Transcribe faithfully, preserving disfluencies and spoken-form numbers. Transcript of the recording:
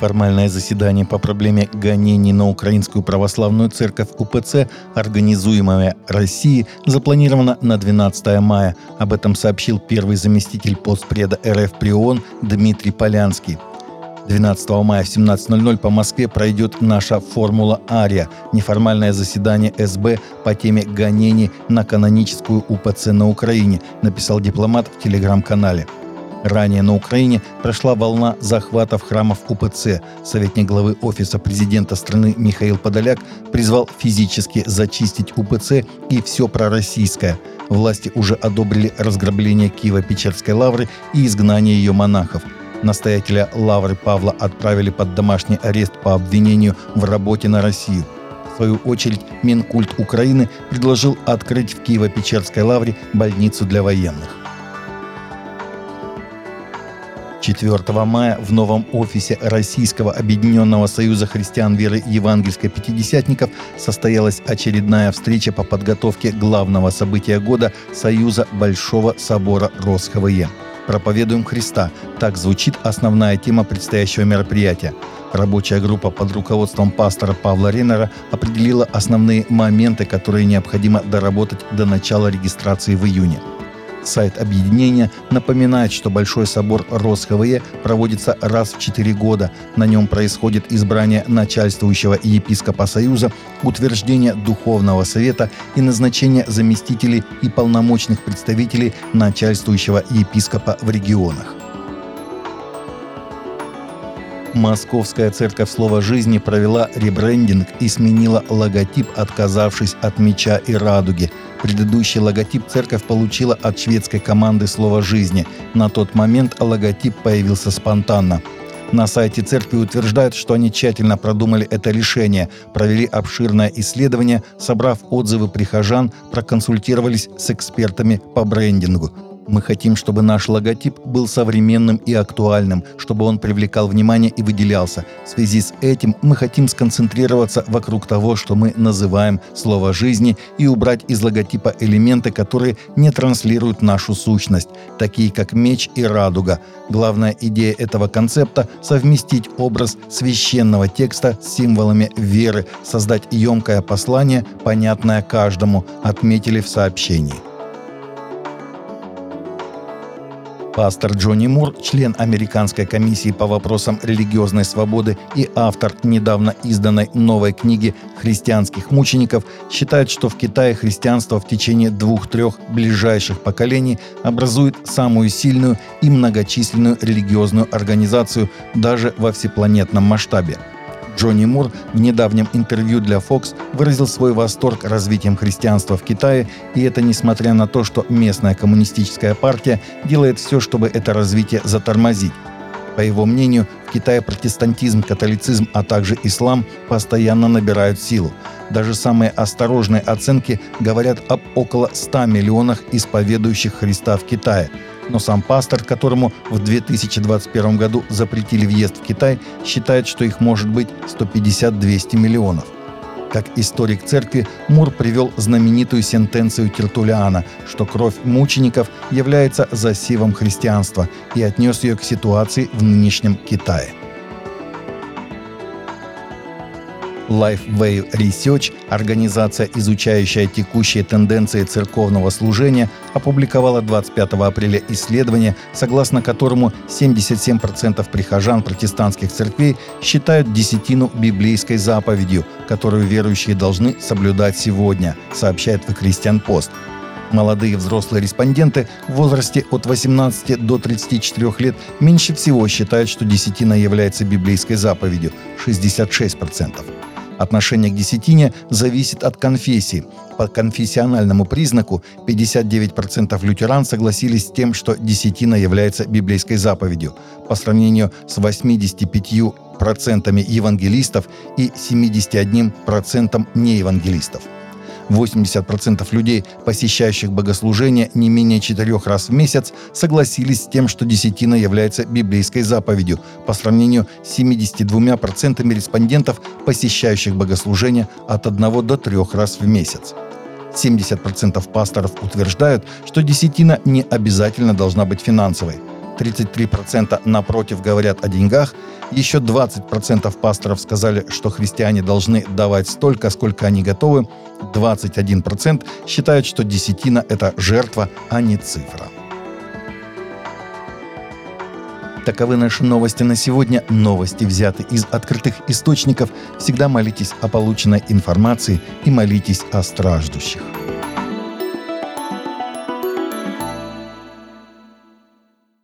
Неформальное заседание по проблеме гонений на Украинскую православную церковь УПЦ, организуемое Россией, запланировано на двенадцатое мая. Об этом сообщил первый заместитель постпреда РФ при ООН Дмитрий Полянский. двенадцатого мая в семнадцать ноль ноль по Москве пройдет наша «Формула Ария» – неформальное заседание СБ по теме гонений на каноническую УПЦ на Украине, написал дипломат в телеграм-канале. Ранее на Украине прошла волна захватов храмов УПЦ. Советник главы Офиса президента страны Михаил Подоляк призвал физически зачистить УПЦ и все пророссийское. Власти уже одобрили разграбление Киево-Печерской лавры и изгнание ее монахов. Настоятеля лавры Павла отправили под домашний арест по обвинению в работе на Россию. В свою очередь, Минкульт Украины предложил открыть в Киево-Печерской лавре больницу для военных. четвёртого мая в новом офисе Российского объединенного союза христиан веры евангельской пятидесятников состоялась очередная встреча по подготовке главного события года Союза Большого собора РосХВЕ. «Проповедуем Христа» – так звучит основная тема предстоящего мероприятия. Рабочая группа под руководством пастора Павла Реннера определила основные моменты, которые необходимо доработать до начала регистрации в июне. Сайт объединения напоминает, что Большой собор РосХВЕ проводится раз в четыре года. На нем происходит избрание начальствующего епископа Союза, утверждение Духовного совета и назначение заместителей и полномочных представителей начальствующего епископа в регионах. Московская церковь Слова Жизни провела ребрендинг и сменила логотип, отказавшись от меча и радуги. Предыдущий логотип церковь получила от шведской команды Слова Жизни. На тот момент логотип появился спонтанно. На сайте церкви утверждают, что они тщательно продумали это решение, провели обширное исследование, собрав отзывы прихожан, проконсультировались с экспертами по брендингу. Мы хотим, чтобы наш логотип был современным и актуальным, чтобы он привлекал внимание и выделялся. В связи с этим мы хотим сконцентрироваться вокруг того, что мы называем «Слово жизни», и убрать из логотипа элементы, которые не транслируют нашу сущность, такие как меч и радуга. Главная идея этого концепта – совместить образ священного текста с символами веры, создать емкое послание, понятное каждому, отметили в сообщении. Пастор Джонни Мур, член Американской комиссии по вопросам религиозной свободы и автор недавно изданной новой книги христианских мучеников, считает, что в Китае христианство в течение двух-трех ближайших поколений образует самую сильную и многочисленную религиозную организацию даже во всепланетном масштабе. Джонни Мур в недавнем интервью для Fox выразил свой восторг развитием христианства в Китае, и это несмотря на то, что местная коммунистическая партия делает все, чтобы это развитие затормозить. По его мнению, в Китае протестантизм, католицизм, а также ислам постоянно набирают силу. Даже самые осторожные оценки говорят об около ста миллионах исповедующих Христа в Китае. Но сам пастор, которому в две тысячи двадцать первом году запретили въезд в Китай, считает, что их может быть сто пятьдесят - двести миллионов. Как историк церкви, Мур привел знаменитую сентенцию Тертуллиана, что кровь мучеников является засевом христианства, и отнес ее к ситуации в нынешнем Китае. Lifeway Research, организация, изучающая текущие тенденции церковного служения, опубликовала двадцать пятого апреля исследование, согласно которому семьдесят семь процентов прихожан протестантских церквей считают десятину библейской заповедью, которую верующие должны соблюдать сегодня, сообщает The Christian Post. Молодые взрослые респонденты в возрасте от восемнадцати до тридцати четырёх лет меньше всего считают, что десятина является библейской заповедью – шестьдесят шесть процентов. Отношение к десятине зависит от конфессии. По конфессиональному признаку пятьдесят девять процентов лютеран согласились с тем, что десятина является библейской заповедью, по сравнению с восемьдесят пять процентов евангелистов и семьдесят один процент неевангелистов. восемьдесят процентов людей, посещающих богослужения не менее четырех раз в месяц, согласились с тем, что десятина является библейской заповедью, по сравнению с семьюдесятью двумя процентами респондентов, посещающих богослужения от одного до трех раз в месяц. семьдесят процентов пасторов утверждают, что десятина не обязательно должна быть финансовой. тридцать три процента напротив говорят о деньгах, еще двадцать процентов пасторов сказали, что христиане должны давать столько, сколько они готовы, двадцать один процент считают, что десятина – это жертва, а не цифра. Таковы наши новости на сегодня. Новости взяты из открытых источников. Всегда молитесь о полученной информации и молитесь о страждущих.